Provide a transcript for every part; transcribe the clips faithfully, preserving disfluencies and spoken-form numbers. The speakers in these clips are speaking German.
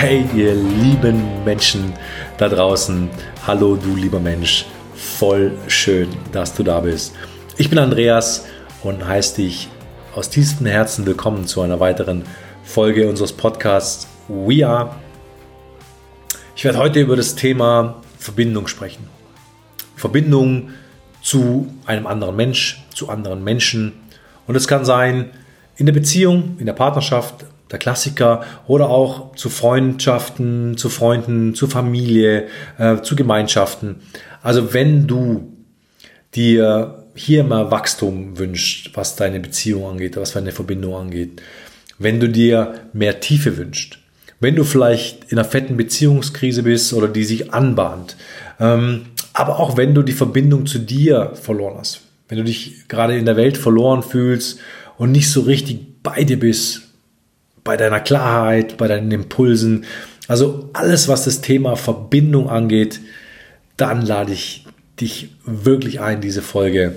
Hey ihr lieben Menschen da draußen, hallo du lieber Mensch, voll schön, dass du da bist. Ich bin Andreas und heiße dich aus tiefstem Herzen willkommen zu einer weiteren Folge unseres Podcasts We Are. Ich werde heute über das Thema Verbindung sprechen. Verbindung zu einem anderen Mensch, zu anderen Menschen. Und es kann sein in der Beziehung, in der Partnerschaft, der Klassiker, oder auch zu Freundschaften, zu Freunden, zu Familie, äh, zu Gemeinschaften. Also wenn du dir hier mal Wachstum wünschst, was deine Beziehung angeht, was deine Verbindung angeht, wenn du dir mehr Tiefe wünschst, wenn du vielleicht in einer fetten Beziehungskrise bist oder die sich anbahnt, ähm, aber auch wenn du die Verbindung zu dir verloren hast, wenn du dich gerade in der Welt verloren fühlst und nicht so richtig bei dir bist, bei deiner Klarheit, bei deinen Impulsen, also alles, was das Thema Verbindung angeht, dann lade ich dich wirklich ein, diese Folge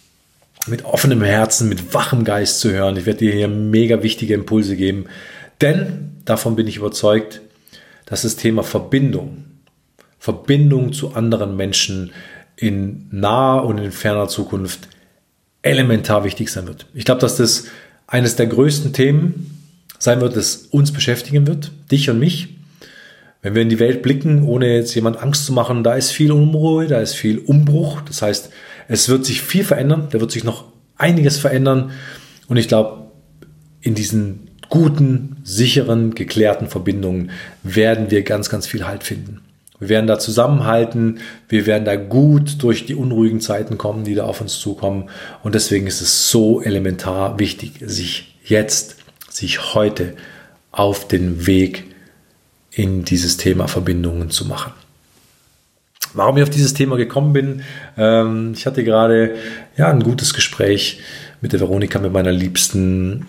mit offenem Herzen, mit wachem Geist zu hören. Ich werde dir hier mega wichtige Impulse geben, denn davon bin ich überzeugt, dass das Thema Verbindung, Verbindung zu anderen Menschen in naher und in ferner Zukunft elementar wichtig sein wird. Ich glaube, dass das eines der größten Themen sein wird, das uns beschäftigen wird, dich und mich. Wenn wir in die Welt blicken, ohne jetzt jemand Angst zu machen, da ist viel Unruhe, da ist viel Umbruch. Das heißt, es wird sich viel verändern, da wird sich noch einiges verändern. Und ich glaube, in diesen guten, sicheren, geklärten Verbindungen werden wir ganz, ganz viel Halt finden. Wir werden da zusammenhalten, wir werden da gut durch die unruhigen Zeiten kommen, die da auf uns zukommen. Und deswegen ist es so elementar wichtig, sich jetzt, sich heute auf den Weg in dieses Thema Verbindungen zu machen. Warum ich auf dieses Thema gekommen bin, ähm, ich hatte gerade ja, ein gutes Gespräch mit der Veronika, mit meiner Liebsten,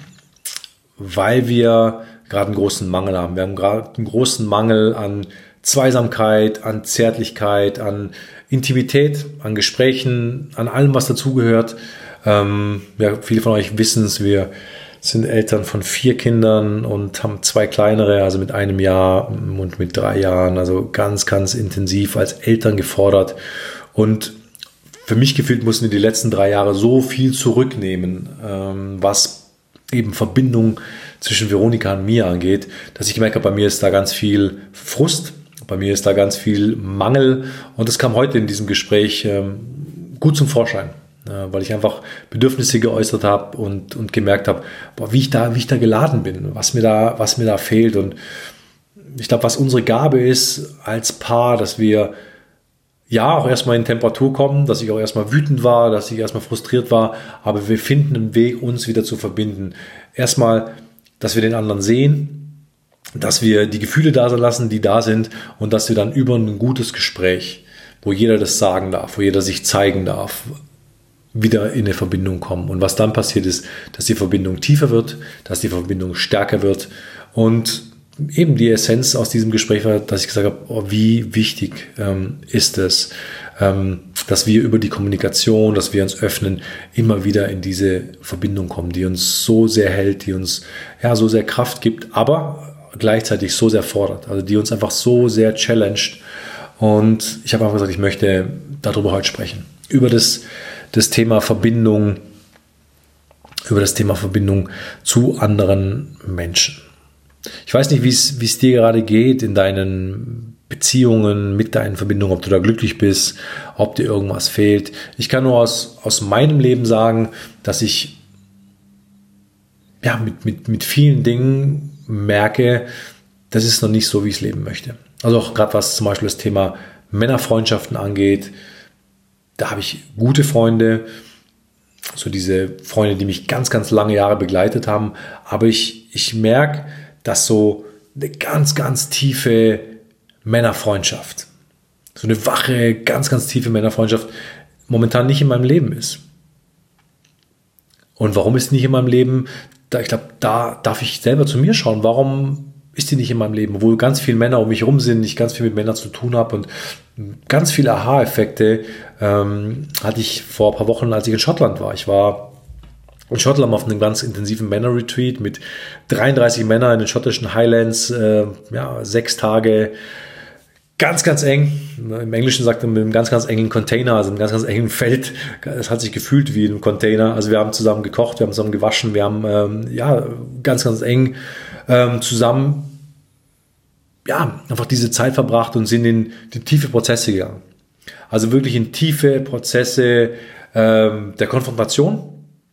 weil wir gerade einen großen Mangel haben. Wir haben gerade einen großen Mangel an Zweisamkeit, an Zärtlichkeit, an Intimität, an Gesprächen, an allem, was dazugehört. Ähm, ja, viele von euch wissen es, wir sind Eltern von vier Kindern und haben zwei kleinere, also mit einem Jahr und mit drei Jahren, also ganz, ganz intensiv als Eltern gefordert. Und für mich gefühlt mussten wir die letzten drei Jahre so viel zurücknehmen, was eben Verbindung zwischen Veronika und mir angeht, dass ich gemerkt habe, bei mir ist da ganz viel Frust, bei mir ist da ganz viel Mangel. Und das kam heute in diesem Gespräch gut zum Vorschein. Weil ich einfach Bedürfnisse geäußert habe und, und gemerkt habe, boah, wie ich da, wie ich da geladen bin, was mir da, was mir da fehlt. Und ich glaube, was unsere Gabe ist als Paar, dass wir ja auch erstmal in Temperatur kommen, dass ich auch erstmal wütend war, dass ich erstmal frustriert war, aber wir finden einen Weg, uns wieder zu verbinden. Erstmal, dass wir den anderen sehen, dass wir die Gefühle da lassen, die da sind, und dass wir dann über ein gutes Gespräch, wo jeder das sagen darf, wo jeder sich zeigen darf, wieder in eine Verbindung kommen. Und was dann passiert ist, dass die Verbindung tiefer wird, dass die Verbindung stärker wird. Und eben die Essenz aus diesem Gespräch war, dass ich gesagt habe, oh, wie wichtig ähm, ist es, ähm, dass wir über die Kommunikation, dass wir uns öffnen, immer wieder in diese Verbindung kommen, die uns so sehr hält, die uns ja so sehr Kraft gibt, aber gleichzeitig so sehr fordert, also die uns einfach so sehr challenged. Und ich habe einfach gesagt, ich möchte darüber heute sprechen, über das das Thema Verbindung, über das Thema Verbindung zu anderen Menschen. Ich weiß nicht, wie es, wie es dir gerade geht in deinen Beziehungen, mit deinen Verbindungen, ob du da glücklich bist, ob dir irgendwas fehlt. Ich kann nur aus, aus meinem Leben sagen, dass ich ja, mit, mit, mit vielen Dingen merke, das ist noch nicht so, wie ich es leben möchte. Also auch gerade was zum Beispiel das Thema Männerfreundschaften angeht. Da habe ich gute Freunde, so diese Freunde, die mich ganz, ganz lange Jahre begleitet haben. Aber ich, ich merke, dass so eine ganz, ganz tiefe Männerfreundschaft, so eine wache, ganz, ganz tiefe Männerfreundschaft momentan nicht in meinem Leben ist. Und warum ist die nicht in meinem Leben? Da, ich glaube, da darf ich selber zu mir schauen. Warum ist die nicht in meinem Leben? Obwohl ganz viele Männer um mich herum sind, ich ganz viel mit Männern zu tun habe und ganz viele Aha-Effekte ähm, hatte ich vor ein paar Wochen, als ich in Schottland war. Ich war in Schottland auf einem ganz intensiven Männer-Retreat mit dreiunddreißig Männern in den schottischen Highlands, äh, ja, sechs Tage, ganz, ganz eng. Im Englischen sagt man mit einem ganz, ganz engen Container, also einem ganz, ganz engen Feld. Es hat sich gefühlt wie ein Container. Also wir haben zusammen gekocht, wir haben zusammen gewaschen, wir haben ähm, ja ganz, ganz eng ähm, zusammen ja einfach diese Zeit verbracht und sind in die tiefe Prozesse gegangen. Also wirklich in tiefe Prozesse ähm, der Konfrontation,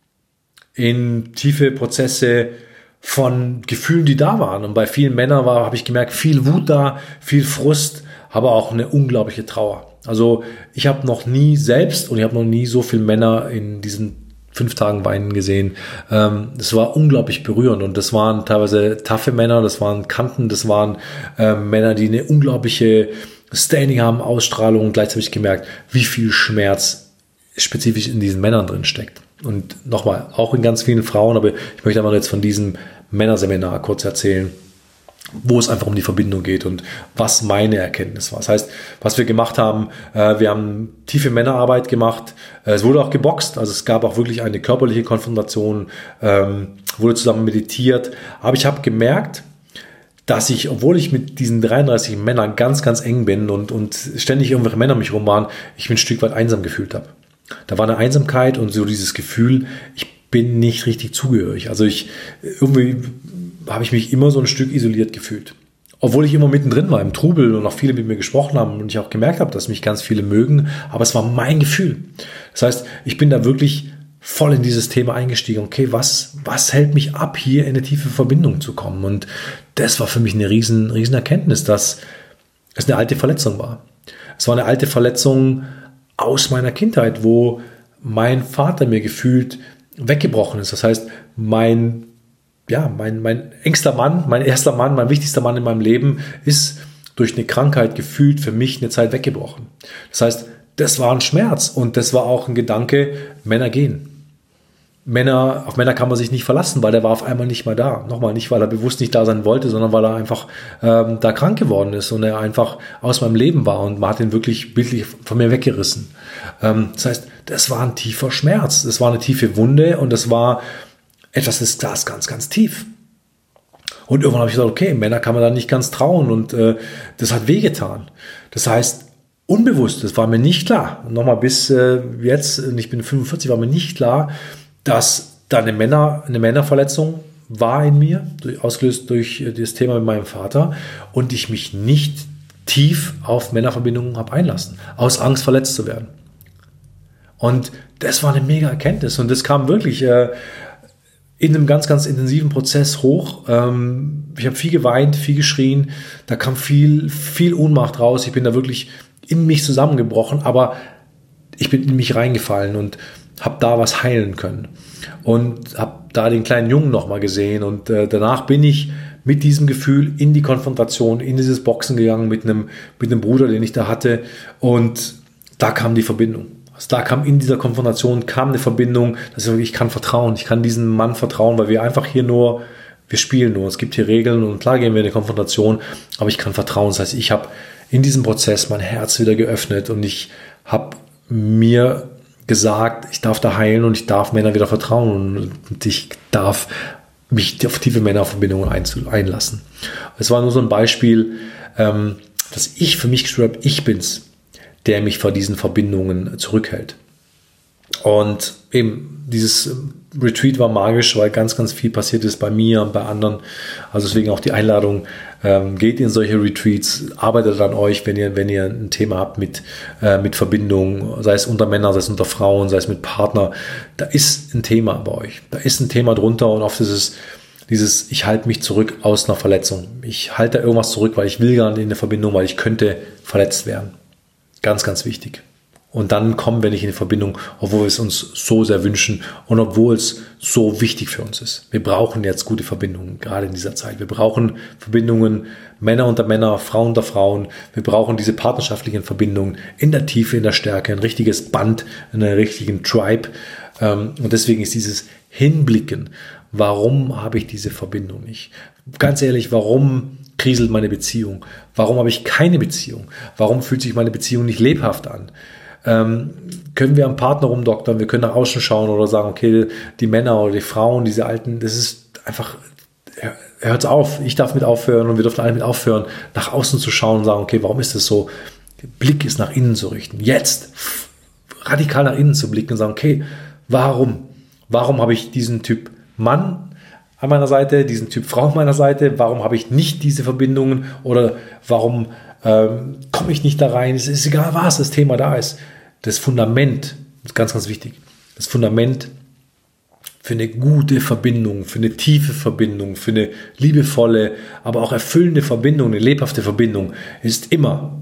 in tiefe Prozesse von Gefühlen, die da waren. Und bei vielen Männern war, habe ich gemerkt, viel Wut da, viel Frust, aber auch eine unglaubliche Trauer. Also ich habe noch nie selbst und ich habe noch nie so viele Männer in diesen fünf Tagen weinen gesehen. Ähm, das war unglaublich berührend und das waren teilweise taffe Männer, das waren Kanten, das waren äh, Männer, die eine unglaubliche Standing haben, Ausstrahlung und gleichzeitig habe ich gemerkt, wie viel Schmerz spezifisch in diesen Männern drin steckt. Und nochmal, auch in ganz vielen Frauen, aber ich möchte aber jetzt von diesem Männerseminar kurz erzählen, wo es einfach um die Verbindung geht und was meine Erkenntnis war. Das heißt, was wir gemacht haben, äh, wir haben tiefe Männerarbeit gemacht, äh, es wurde auch geboxt, also es gab auch wirklich eine körperliche Konfrontation, ähm, wurde zusammen meditiert, aber ich habe gemerkt, dass ich, obwohl ich mit diesen dreiunddreißig Männern ganz, ganz eng bin und, und ständig irgendwelche Männer um mich rum waren, ich mich ein Stück weit einsam gefühlt habe. Da war eine Einsamkeit und so dieses Gefühl, ich bin nicht richtig zugehörig. Also ich, irgendwie habe ich mich immer so ein Stück isoliert gefühlt. Obwohl ich immer mittendrin war im Trubel und auch viele mit mir gesprochen haben und ich auch gemerkt habe, dass mich ganz viele mögen, aber es war mein Gefühl. Das heißt, ich bin da wirklich voll in dieses Thema eingestiegen. Okay, was, was hält mich ab, hier in eine tiefe Verbindung zu kommen? Und das war für mich eine riesen, riesen Erkenntnis, dass es eine alte Verletzung war. Es war eine alte Verletzung aus meiner Kindheit, wo mein Vater mir gefühlt weggebrochen ist. Das heißt, mein, ja, mein, mein engster Mann, mein erster Mann, mein wichtigster Mann in meinem Leben ist durch eine Krankheit gefühlt für mich eine Zeit weggebrochen. Das heißt, das war ein Schmerz und das war auch ein Gedanke, Männer gehen. Männer, auf Männer kann man sich nicht verlassen, weil der war auf einmal nicht mehr da. Nochmal, nicht, weil er bewusst nicht da sein wollte, sondern weil er einfach ähm, da krank geworden ist und er einfach aus meinem Leben war und man hat ihn wirklich bildlich von mir weggerissen. Ähm, das heißt, das war ein tiefer Schmerz, das war eine tiefe Wunde und das war etwas, das saß ganz, ganz tief. Und irgendwann habe ich gesagt, okay, Männer kann man da nicht ganz trauen und äh, das hat wehgetan. Das heißt, unbewusst, das war mir nicht klar. Und nochmal bis äh, jetzt, ich bin fünfundvierzig, war mir nicht klar, dass da eine, Männer, eine Männerverletzung war in mir, ausgelöst durch das Thema mit meinem Vater und ich mich nicht tief auf Männerverbindungen habe einlassen, aus Angst verletzt zu werden. Und das war eine mega Erkenntnis und das kam wirklich äh, in einem ganz, ganz intensiven Prozess hoch. Ähm, ich habe viel geweint, viel geschrien, da kam viel, viel Ohnmacht raus, ich bin da wirklich in mich zusammengebrochen, aber ich bin in mich reingefallen und habe da was heilen können und habe da den kleinen Jungen nochmal gesehen und äh, danach bin ich mit diesem Gefühl in die Konfrontation, in dieses Boxen gegangen mit einem, mit einem Bruder, den ich da hatte und da kam die Verbindung. Also da kam in dieser Konfrontation kam eine Verbindung, dass ich, ich kann vertrauen, ich kann diesem Mann vertrauen, weil wir einfach hier nur, wir spielen nur, es gibt hier Regeln und klar gehen wir in eine Konfrontation, aber ich kann vertrauen. Das heißt, ich habe in diesem Prozess mein Herz wieder geöffnet und ich habe mir gesagt, ich darf da heilen und ich darf Männern wieder vertrauen und ich darf mich auf tiefe Männerverbindungen einlassen. Es war nur so ein Beispiel, dass ich für mich gespürt habe, ich bin's, der mich vor diesen Verbindungen zurückhält. Und eben dieses Retreat war magisch, weil ganz, ganz viel passiert ist bei mir und bei anderen. Also deswegen auch die Einladung, ähm, geht in solche Retreats, arbeitet an euch, wenn ihr, wenn ihr ein Thema habt mit, äh, mit Verbindung, sei es unter Männern, sei es unter Frauen, sei es mit Partner. Da ist ein Thema bei euch. Da ist ein Thema drunter und oft ist es dieses, ich halte mich zurück aus einer Verletzung. Ich halte da irgendwas zurück, weil ich will gar nicht in der Verbindung, weil ich könnte verletzt werden. Ganz, ganz wichtig. Und dann kommen wir nicht in die Verbindung, obwohl wir es uns so sehr wünschen und obwohl es so wichtig für uns ist. Wir brauchen jetzt gute Verbindungen, gerade in dieser Zeit. Wir brauchen Verbindungen Männer unter Männer, Frauen unter Frauen. Wir brauchen diese partnerschaftlichen Verbindungen in der Tiefe, in der Stärke, ein richtiges Band, einen richtigen Tribe. Und deswegen ist dieses Hinblicken, warum habe ich diese Verbindung nicht? Ganz ehrlich, warum kriselt meine Beziehung? Warum habe ich keine Beziehung? Warum fühlt sich meine Beziehung nicht lebhaft an? ähm, können wir am Partner rumdoktern, wir können nach außen schauen oder sagen, okay, die Männer oder die Frauen, diese Alten, das ist einfach, hört's auf, ich darf mit aufhören und wir dürfen alle mit aufhören, nach außen zu schauen und sagen, okay, warum ist das so? Blick ist nach innen zu richten. Jetzt radikal nach innen zu blicken und sagen, okay, warum? Warum habe ich diesen Typ Mann an meiner Seite, diesen Typ Frau an meiner Seite? Warum habe ich nicht diese Verbindungen oder warum ähm, komme ich nicht da rein? Es ist egal, was das Thema da ist. Das Fundament, das ist ganz, ganz wichtig, das Fundament für eine gute Verbindung, für eine tiefe Verbindung, für eine liebevolle, aber auch erfüllende Verbindung, eine lebhafte Verbindung ist immer,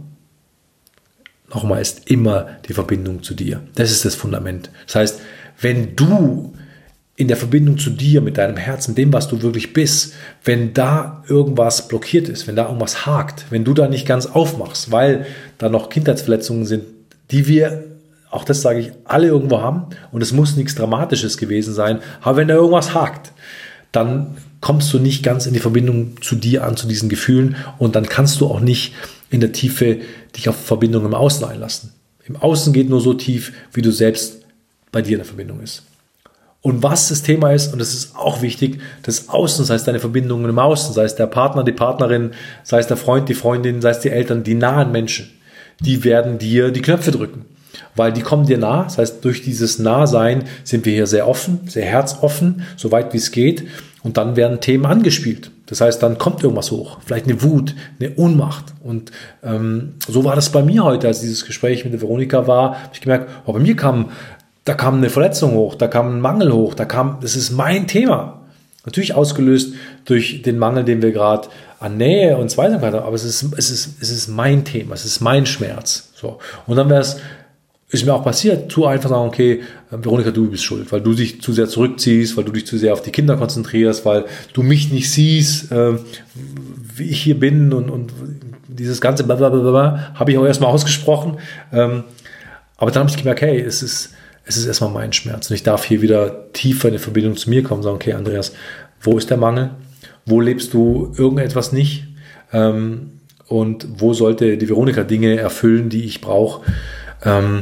nochmal, ist immer die Verbindung zu dir. Das ist das Fundament. Das heißt, wenn du in der Verbindung zu dir, mit deinem Herzen, dem, was du wirklich bist, wenn da irgendwas blockiert ist, wenn da irgendwas hakt, wenn du da nicht ganz aufmachst, weil da noch Kindheitsverletzungen sind, die wir, auch das sage ich, alle irgendwo haben und es muss nichts Dramatisches gewesen sein, aber wenn da irgendwas hakt, dann kommst du nicht ganz in die Verbindung zu dir an, zu diesen Gefühlen und dann kannst du auch nicht in der Tiefe dich auf Verbindung im Außen einlassen. Im Außen geht nur so tief, wie du selbst bei dir in der Verbindung ist. Und was das Thema ist, und das ist auch wichtig, das Außen, sei es deine Verbindungen im Außen, sei es der Partner, die Partnerin, sei es der Freund, die Freundin, sei es die Eltern, die nahen Menschen, die werden dir die Knöpfe drücken, weil die kommen dir nah. Das heißt, durch dieses Nahsein sind wir hier sehr offen, sehr herzoffen, so weit wie es geht. Und dann werden Themen angespielt. Das heißt, dann kommt irgendwas hoch, vielleicht eine Wut, eine Ohnmacht. Und ähm, so war das bei mir heute, als dieses Gespräch mit der Veronika war, habe ich gemerkt, oh, bei mir kam, da kam eine Verletzung hoch, da kam ein Mangel hoch, da kam, das ist mein Thema. Natürlich ausgelöst durch den Mangel, den wir gerade an Nähe und Zweisamkeit haben, aber es ist, es ist, es ist mein Thema, es ist mein Schmerz. So. Und dann wäre es, ist mir auch passiert, zu einfach sagen, okay, Veronika, du bist schuld, weil du dich zu sehr zurückziehst, weil du dich zu sehr auf die Kinder konzentrierst, weil du mich nicht siehst, äh, wie ich hier bin und, und dieses ganze Blablabla habe ich auch erstmal ausgesprochen. Ähm, aber dann habe ich gemerkt, hey, es ist, es ist erstmal mein Schmerz und ich darf hier wieder tiefer in eine Verbindung zu mir kommen und sagen, okay, Andreas, wo ist der Mangel? Wo lebst du irgendetwas nicht? Ähm, und wo sollte die Veronika Dinge erfüllen, die ich brauche? Ähm,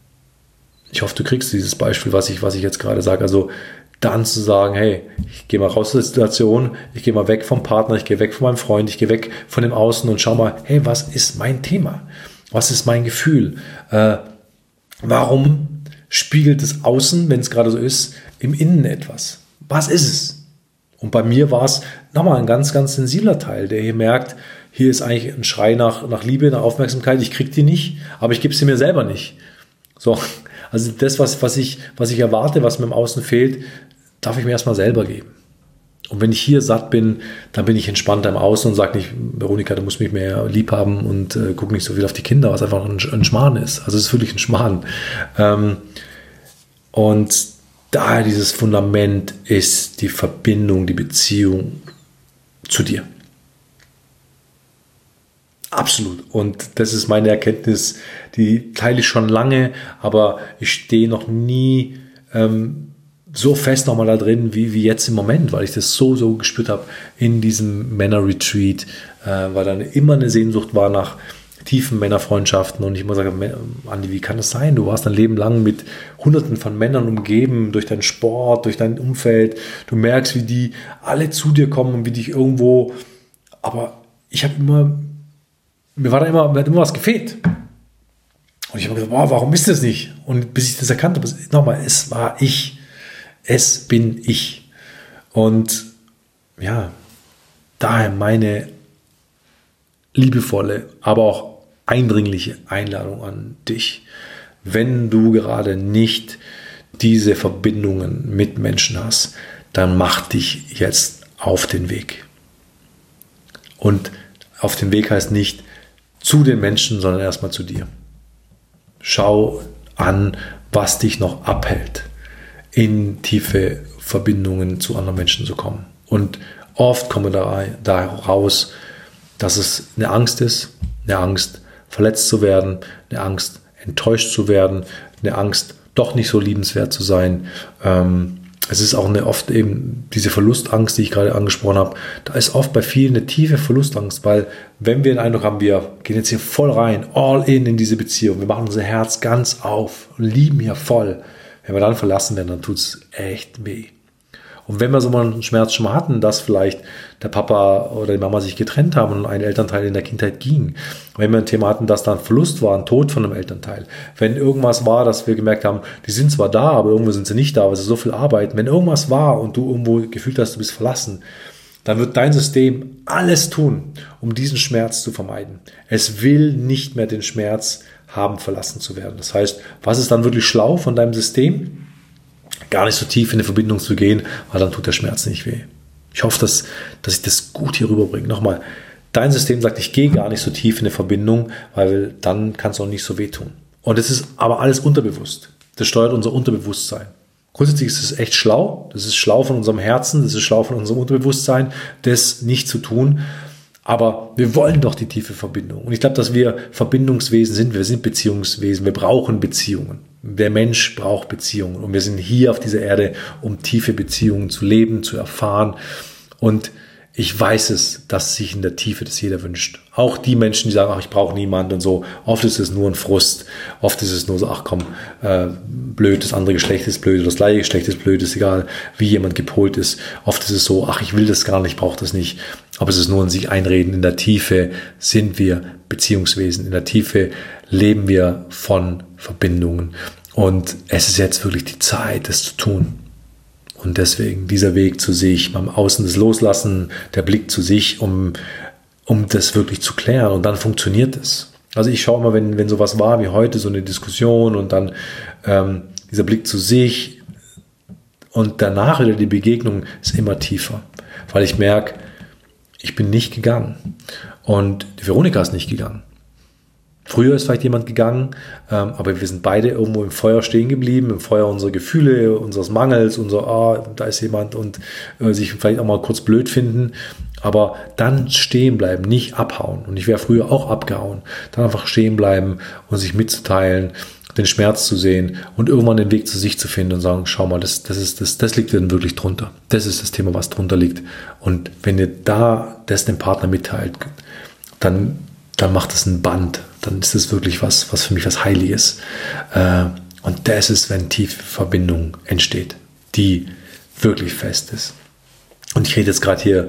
ich hoffe, du kriegst dieses Beispiel, was ich, was ich jetzt gerade sage. Also dann zu sagen, hey, ich gehe mal raus aus der Situation, ich gehe mal weg vom Partner, ich gehe weg von meinem Freund, ich gehe weg von dem Außen und schau mal, hey, was ist mein Thema? Was ist mein Gefühl? Äh, warum spiegelt das Außen, wenn es gerade so ist, im Innen etwas? Was ist es? Und bei mir war es nochmal ein ganz, ganz sensibler Teil, der hier merkt, hier ist eigentlich ein Schrei nach, nach Liebe, nach Aufmerksamkeit, ich kriege die nicht, aber ich gebe sie mir selber nicht. So, also das, was, was, ich, was ich erwarte, was mir im Außen fehlt, darf ich mir erstmal selber geben. Und wenn ich hier satt bin, dann bin ich entspannter im Außen und sage nicht, Veronika, du musst mich mehr lieb haben und äh, guck nicht so viel auf die Kinder, was einfach ein, ein Schmarrn ist. Also es ist wirklich ein Schmarrn. Ähm, und daher dieses Fundament ist die Verbindung, die Beziehung zu dir. Absolut. Und das ist meine Erkenntnis, die teile ich schon lange, aber ich stehe noch nie ähm, so fest nochmal da drin, wie, wie jetzt im Moment, weil ich das so, so gespürt habe in diesem Männer-Retreat, äh, weil dann immer eine Sehnsucht war nach tiefen Männerfreundschaften und ich immer sage, Andi, wie kann das sein? Du warst ein Leben lang mit Hunderten von Männern umgeben, durch deinen Sport, durch dein Umfeld. Du merkst, wie die alle zu dir kommen und wie dich irgendwo, aber ich habe immer, mir war da immer, mir hat immer was gefehlt. Und ich habe gesagt, boah, warum ist das nicht? Und bis ich das erkannt habe, nochmal, es war ich. Es bin ich. Und ja, daher meine liebevolle, aber auch eindringliche Einladung an dich. Wenn du gerade nicht diese Verbindungen mit Menschen hast, dann mach dich jetzt auf den Weg. Und auf den Weg heißt nicht zu den Menschen, sondern erstmal zu dir. Schau an, was dich noch abhält, in tiefe Verbindungen zu anderen Menschen zu kommen. Und oft kommen da, da raus, dass es eine Angst ist, eine Angst, verletzt zu werden, eine Angst, enttäuscht zu werden, eine Angst, doch nicht so liebenswert zu sein, ähm, es ist auch eine oft eben diese Verlustangst, die ich gerade angesprochen habe. Da ist oft bei vielen eine tiefe Verlustangst, weil wenn wir den Eindruck haben, wir gehen jetzt hier voll rein, all in in diese Beziehung, wir machen unser Herz ganz auf und lieben hier voll. Wenn wir dann verlassen werden, dann tut es echt weh. Und wenn wir so mal einen Schmerz schon mal hatten, dass vielleicht der Papa oder die Mama sich getrennt haben und ein Elternteil in der Kindheit ging, wenn wir ein Thema hatten, dass da ein Verlust war, ein Tod von einem Elternteil, wenn irgendwas war, dass wir gemerkt haben, die sind zwar da, aber irgendwo sind sie nicht da, weil sie so viel arbeiten, wenn irgendwas war und du irgendwo gefühlt hast, du bist verlassen, dann wird dein System alles tun, um diesen Schmerz zu vermeiden. Es will nicht mehr den Schmerz haben, verlassen zu werden. Das heißt, was ist dann wirklich schlau von deinem System? Gar nicht so tief in eine Verbindung zu gehen, weil dann tut der Schmerz nicht weh. Ich hoffe, dass, dass ich das gut hier rüberbringe. Nochmal, dein System sagt, ich gehe gar nicht so tief in eine Verbindung, weil dann kann es auch nicht so wehtun. Und es ist aber alles unterbewusst. Das steuert unser Unterbewusstsein. Grundsätzlich ist es echt schlau. Das ist schlau von unserem Herzen, das ist schlau von unserem Unterbewusstsein, das nicht zu tun. Aber wir wollen doch die tiefe Verbindung. Und ich glaube, dass wir Verbindungswesen sind. Wir sind Beziehungswesen. Wir brauchen Beziehungen. Der Mensch braucht Beziehungen. Und wir sind hier auf dieser Erde, um tiefe Beziehungen zu leben, zu erfahren. Und ich weiß es, dass sich in der Tiefe das jeder wünscht. Auch die Menschen, die sagen, ach, ich brauche niemanden und so. Oft ist es nur ein Frust. Oft ist es nur so, ach komm, äh, blöd, das andere Geschlecht ist blöd, oder das gleiche Geschlecht ist blöd, ist egal, wie jemand gepolt ist. Oft ist es so, ach, ich will das gar nicht, ich brauche das nicht. Aber es ist nur in sich einreden. In der Tiefe sind wir Beziehungswesen. In der Tiefe leben wir von Verbindungen. Und es ist jetzt wirklich die Zeit, das zu tun. Und deswegen dieser Weg zu sich, beim Außen das Loslassen, der Blick zu sich, um, um das wirklich zu klären. Und dann funktioniert es. Also ich schaue immer, wenn, wenn sowas war wie heute, so eine Diskussion und dann ähm, dieser Blick zu sich und danach wieder die Begegnung ist immer tiefer. Weil ich merke, ich bin nicht gegangen. Und die Veronika ist nicht gegangen. Früher ist vielleicht jemand gegangen, ähm, aber wir sind beide irgendwo im Feuer stehen geblieben, im Feuer unserer Gefühle, unseres Mangels, unser, ah, da ist jemand und äh, sich vielleicht auch mal kurz blöd finden, aber dann stehen bleiben, nicht abhauen. Und ich wäre früher auch abgehauen. Dann einfach stehen bleiben und sich mitzuteilen, den Schmerz zu sehen und irgendwann den Weg zu sich zu finden und sagen, schau mal, das, das, ist, das, das liegt dann wirklich drunter. Das ist das Thema, was drunter liegt. Und wenn ihr da das dem Partner mitteilt, dann, dann macht es ein Band. Dann ist es wirklich was, was für mich was Heiliges. Und das ist, wenn tiefe Verbindung entsteht, die wirklich fest ist. Und ich rede jetzt gerade hier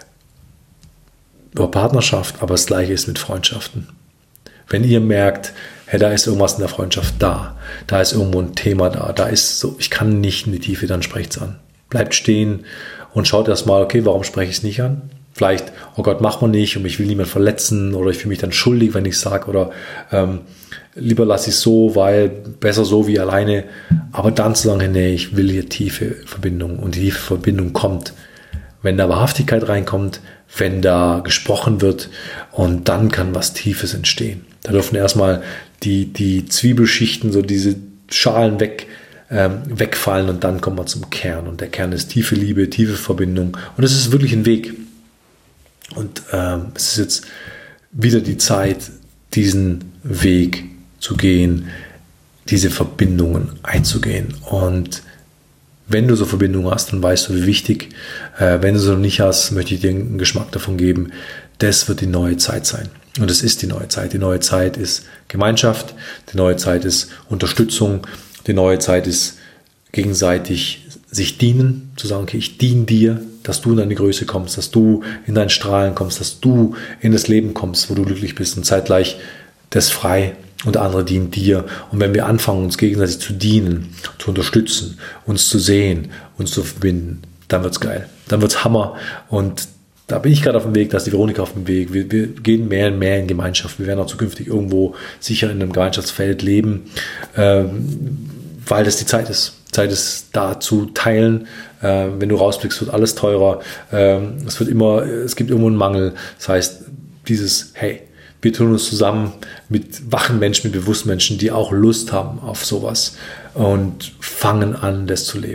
über Partnerschaft, aber das Gleiche ist mit Freundschaften. Wenn ihr merkt, hey, da ist irgendwas in der Freundschaft da, da ist irgendwo ein Thema da, da ist so, ich kann nicht in die Tiefe, dann sprecht es an. Bleibt stehen und schaut erstmal, okay, warum spreche ich es nicht an? Vielleicht, oh Gott, mach mal nicht und ich will niemand verletzen oder ich fühle mich dann schuldig, wenn ich es sage oder ähm, lieber lasse ich es so, weil besser so wie alleine. Aber dann zu sagen, nee, ich will hier tiefe Verbindung und die tiefe Verbindung kommt, wenn da Wahrhaftigkeit reinkommt, wenn da gesprochen wird und dann kann was Tiefes entstehen. Da dürfen erstmal die, die Zwiebelschichten, so diese Schalen weg, ähm, wegfallen und dann kommen wir zum Kern. Und der Kern ist tiefe Liebe, tiefe Verbindung. Und es ist wirklich ein Weg. Und ähm, es ist jetzt wieder die Zeit, diesen Weg zu gehen, diese Verbindungen einzugehen. Und wenn du so Verbindungen hast, dann weißt du, wie wichtig. Äh, wenn du sie noch nicht hast, möchte ich dir einen Geschmack davon geben. Das wird die neue Zeit sein. Und es ist die neue Zeit. Die neue Zeit ist Gemeinschaft. Die neue Zeit ist Unterstützung. Die neue Zeit ist gegenseitig sich dienen. Zu sagen, okay, ich diene dir, dass du in deine Größe kommst, dass du in dein Strahlen kommst, dass du in das Leben kommst, wo du glücklich bist und zeitgleich das frei und der andere dient dir. Und wenn wir anfangen, uns gegenseitig zu dienen, zu unterstützen, uns zu sehen, uns zu verbinden, dann wird's geil. Dann wird's Hammer. Und da bin ich gerade auf dem Weg, da ist die Veronika auf dem Weg. Wir, wir gehen mehr und mehr in Gemeinschaft. Wir werden auch zukünftig irgendwo sicher in einem Gemeinschaftsfeld leben, ähm, weil das die Zeit ist. Zeit ist da zu teilen. Äh, wenn du rausblickst, wird alles teurer. Ähm, es wird immer, es gibt irgendwo einen Mangel. Das heißt, dieses, hey, wir tun uns zusammen mit wachen Menschen, mit bewussten Menschen, die auch Lust haben auf sowas und fangen an, das zu leben.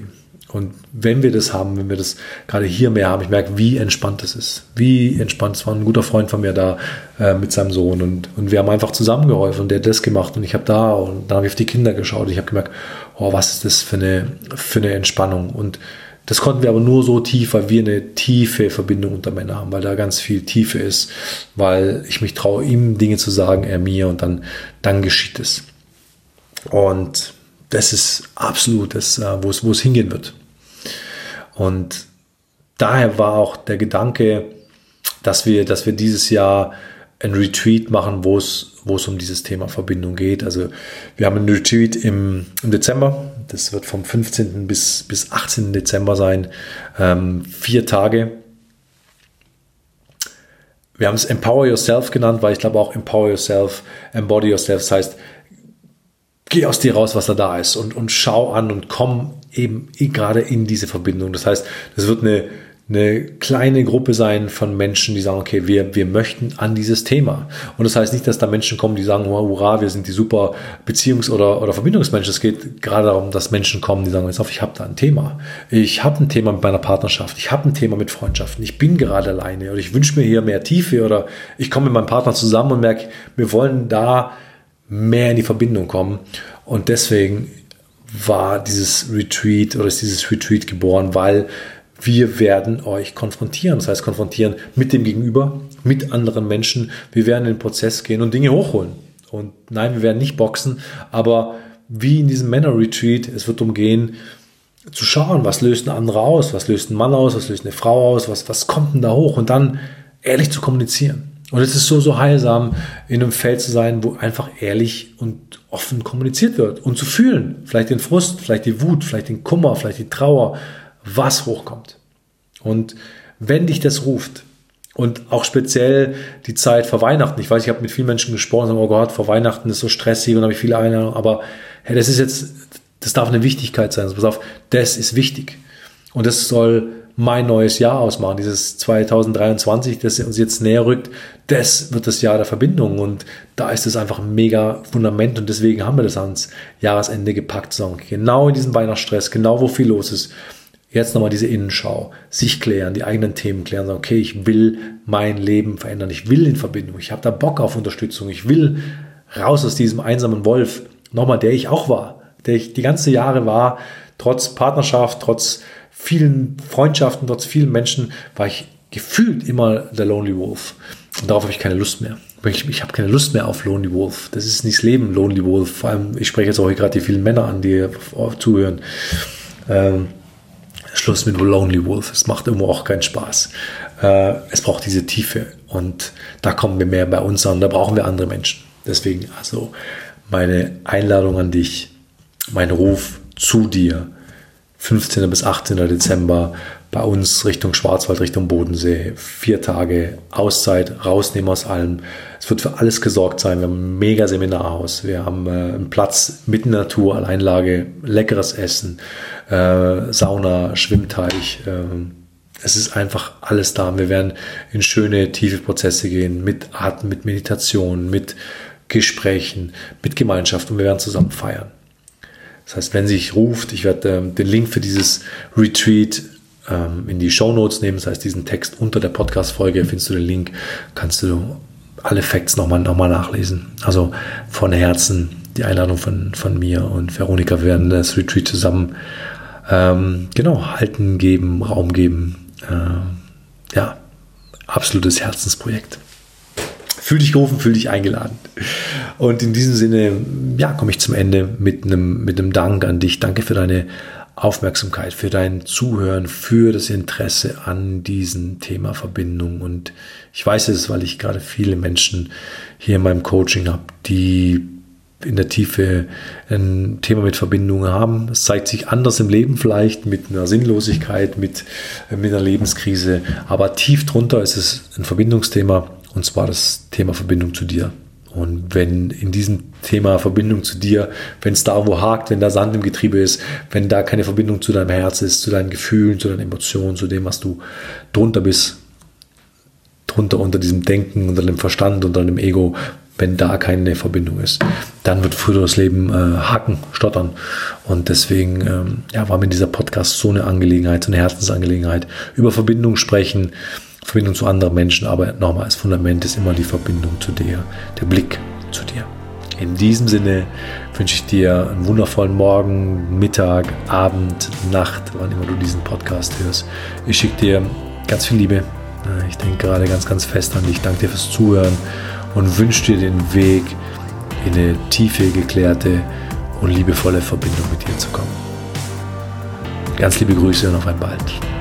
Und wenn wir das haben, wenn wir das gerade hier mehr haben, ich merke, wie entspannt es ist. Wie entspannt. Es war ein guter Freund von mir da äh, mit seinem Sohn und, und wir haben einfach zusammengeholfen und der hat das gemacht und ich habe da und dann habe ich auf die Kinder geschaut. Ich habe gemerkt, oh, was ist das für eine, für eine Entspannung. Und das konnten wir aber nur so tief, weil wir eine tiefe Verbindung unter Männern haben, weil da ganz viel Tiefe ist, weil ich mich traue, ihm Dinge zu sagen, er mir und dann, dann geschieht es. Und das ist absolut das, wo es, wo es hingehen wird. Und daher war auch der Gedanke, dass wir, dass wir dieses Jahr ein Retreat machen, wo es, wo es um dieses Thema Verbindung geht. Also wir haben ein Retreat im, im Dezember. Das wird vom fünfzehnten bis, bis achtzehnten Dezember sein. Ähm, vier Tage. Wir haben es Empower Yourself genannt, weil ich glaube auch Empower Yourself, Embody Yourself, das heißt, geh aus dir raus, was da da ist und, und schau an und komm eben gerade in diese Verbindung. Das heißt, das wird eine, eine kleine Gruppe sein von Menschen, die sagen, okay, wir, wir möchten an dieses Thema. Und das heißt nicht, dass da Menschen kommen, die sagen, hurra, wir sind die super Beziehungs- oder, oder Verbindungsmenschen. Es geht gerade darum, dass Menschen kommen, die sagen, jetzt auf, ich habe da ein Thema. Ich habe ein Thema mit meiner Partnerschaft. Ich habe ein Thema mit Freundschaften. Ich bin gerade alleine oder ich wünsche mir hier mehr Tiefe oder ich komme mit meinem Partner zusammen und merke, wir wollen da mehr in die Verbindung kommen. Und deswegen war dieses Retreat oder ist dieses Retreat geboren, weil wir werden euch konfrontieren. Das heißt, konfrontieren mit dem Gegenüber, mit anderen Menschen. Wir werden in den Prozess gehen und Dinge hochholen. Und nein, wir werden nicht boxen, aber wie in diesem Männer-Retreat, es wird darum gehen, zu schauen, was löst ein anderer aus, was löst ein Mann aus, was löst eine Frau aus, was, was kommt denn da hoch und dann ehrlich zu kommunizieren. Und es ist so, so heilsam, in einem Feld zu sein, wo einfach ehrlich und offen kommuniziert wird und zu fühlen. Vielleicht den Frust, vielleicht die Wut, vielleicht den Kummer, vielleicht die Trauer, was hochkommt. Und wenn dich das ruft und auch speziell die Zeit vor Weihnachten, ich weiß, ich habe mit vielen Menschen gesprochen, sagen, oh Gott, vor Weihnachten ist so stressig und habe ich viele Einladungen, aber hey, das ist jetzt, das darf eine Wichtigkeit sein. Also pass auf, das ist wichtig. Und das soll mein neues Jahr ausmachen, dieses zwanzig dreiundzwanzig, das uns jetzt näher rückt, das wird das Jahr der Verbindung und da ist es einfach ein mega Fundament und deswegen haben wir das ans Jahresende gepackt, sagen, genau in diesem Weihnachtsstress, genau wo viel los ist, jetzt nochmal diese Innenschau, sich klären, die eigenen Themen klären, sagen, okay, ich will mein Leben verändern, ich will in Verbindung, ich habe da Bock auf Unterstützung, ich will raus aus diesem einsamen Wolf, nochmal, der ich auch war, der ich die ganze Jahre war, trotz Partnerschaft, trotz vielen Freundschaften, trotz vielen Menschen, war ich gefühlt immer der Lonely Wolf. Und darauf habe ich keine Lust mehr. Ich, ich habe keine Lust mehr auf Lonely Wolf. Das ist nicht das Leben, Lonely Wolf. Vor allem, ich spreche jetzt auch gerade die vielen Männer an, die zuhören. Ähm, Schluss mit Lonely Wolf. Es macht irgendwo auch keinen Spaß. Äh, es braucht diese Tiefe. Und da kommen wir mehr bei uns an. Da brauchen wir andere Menschen. Deswegen also meine Einladung an dich, mein Ruf zu dir, fünfzehnten bis achtzehnten Dezember bei uns Richtung Schwarzwald, Richtung Bodensee. Vier Tage Auszeit, rausnehmen aus allem. Es wird für alles gesorgt sein. Wir haben ein mega Seminarhaus. Wir haben äh, einen Platz mitten in der Natur, Alleinlage, leckeres Essen, äh, Sauna, Schwimmteich. Äh, es ist einfach alles da. Wir werden in schöne, tiefe Prozesse gehen mit Atmen, mit Meditation, mit Gesprächen, mit Gemeinschaft und wir werden zusammen feiern. Das heißt, wenn sich ruft, ich werde ähm, den Link für dieses Retreat ähm, in die Shownotes nehmen, das heißt, diesen Text unter der Podcast-Folge findest du den Link, kannst du alle Facts nochmal noch mal nachlesen. Also von Herzen die Einladung von, von mir und Veronika, wir werden das Retreat zusammen ähm, genau halten, geben, Raum geben. Äh, ja, absolutes Herzensprojekt. Fühl dich gerufen, fühl dich eingeladen. Und in diesem Sinne, ja, komme ich zum Ende mit einem, mit einem Dank an dich. Danke für deine Aufmerksamkeit, für dein Zuhören, für das Interesse an diesem Thema Verbindung. Und ich weiß es, weil ich gerade viele Menschen hier in meinem Coaching habe, die in der Tiefe ein Thema mit Verbindungen haben. Es zeigt sich anders im Leben vielleicht, mit einer Sinnlosigkeit, mit, mit einer Lebenskrise. Aber tief drunter ist es ein Verbindungsthema. Und zwar das Thema Verbindung zu dir. Und wenn in diesem Thema Verbindung zu dir, wenn es da wo hakt, wenn da Sand im Getriebe ist, wenn da keine Verbindung zu deinem Herz ist, zu deinen Gefühlen, zu deinen Emotionen, zu dem, was du drunter bist, drunter unter diesem Denken, unter dem Verstand, unter dem Ego, wenn da keine Verbindung ist. Dann wird früher das Leben äh, hacken, stottern. Und deswegen ähm, ja, war mir dieser Podcast so eine Angelegenheit, so eine Herzensangelegenheit. Über Verbindung sprechen, Verbindung zu anderen Menschen, aber nochmal als Fundament ist immer die Verbindung zu dir, der Blick zu dir. In diesem Sinne wünsche ich dir einen wundervollen Morgen, Mittag, Abend, Nacht, wann immer du diesen Podcast hörst. Ich schicke dir ganz viel Liebe. Ich denke gerade ganz, ganz fest an dich. Danke dir fürs Zuhören und wünsche dir den Weg in eine tiefe, geklärte und liebevolle Verbindung mit dir zu kommen. Ganz liebe Grüße und auf ein bald.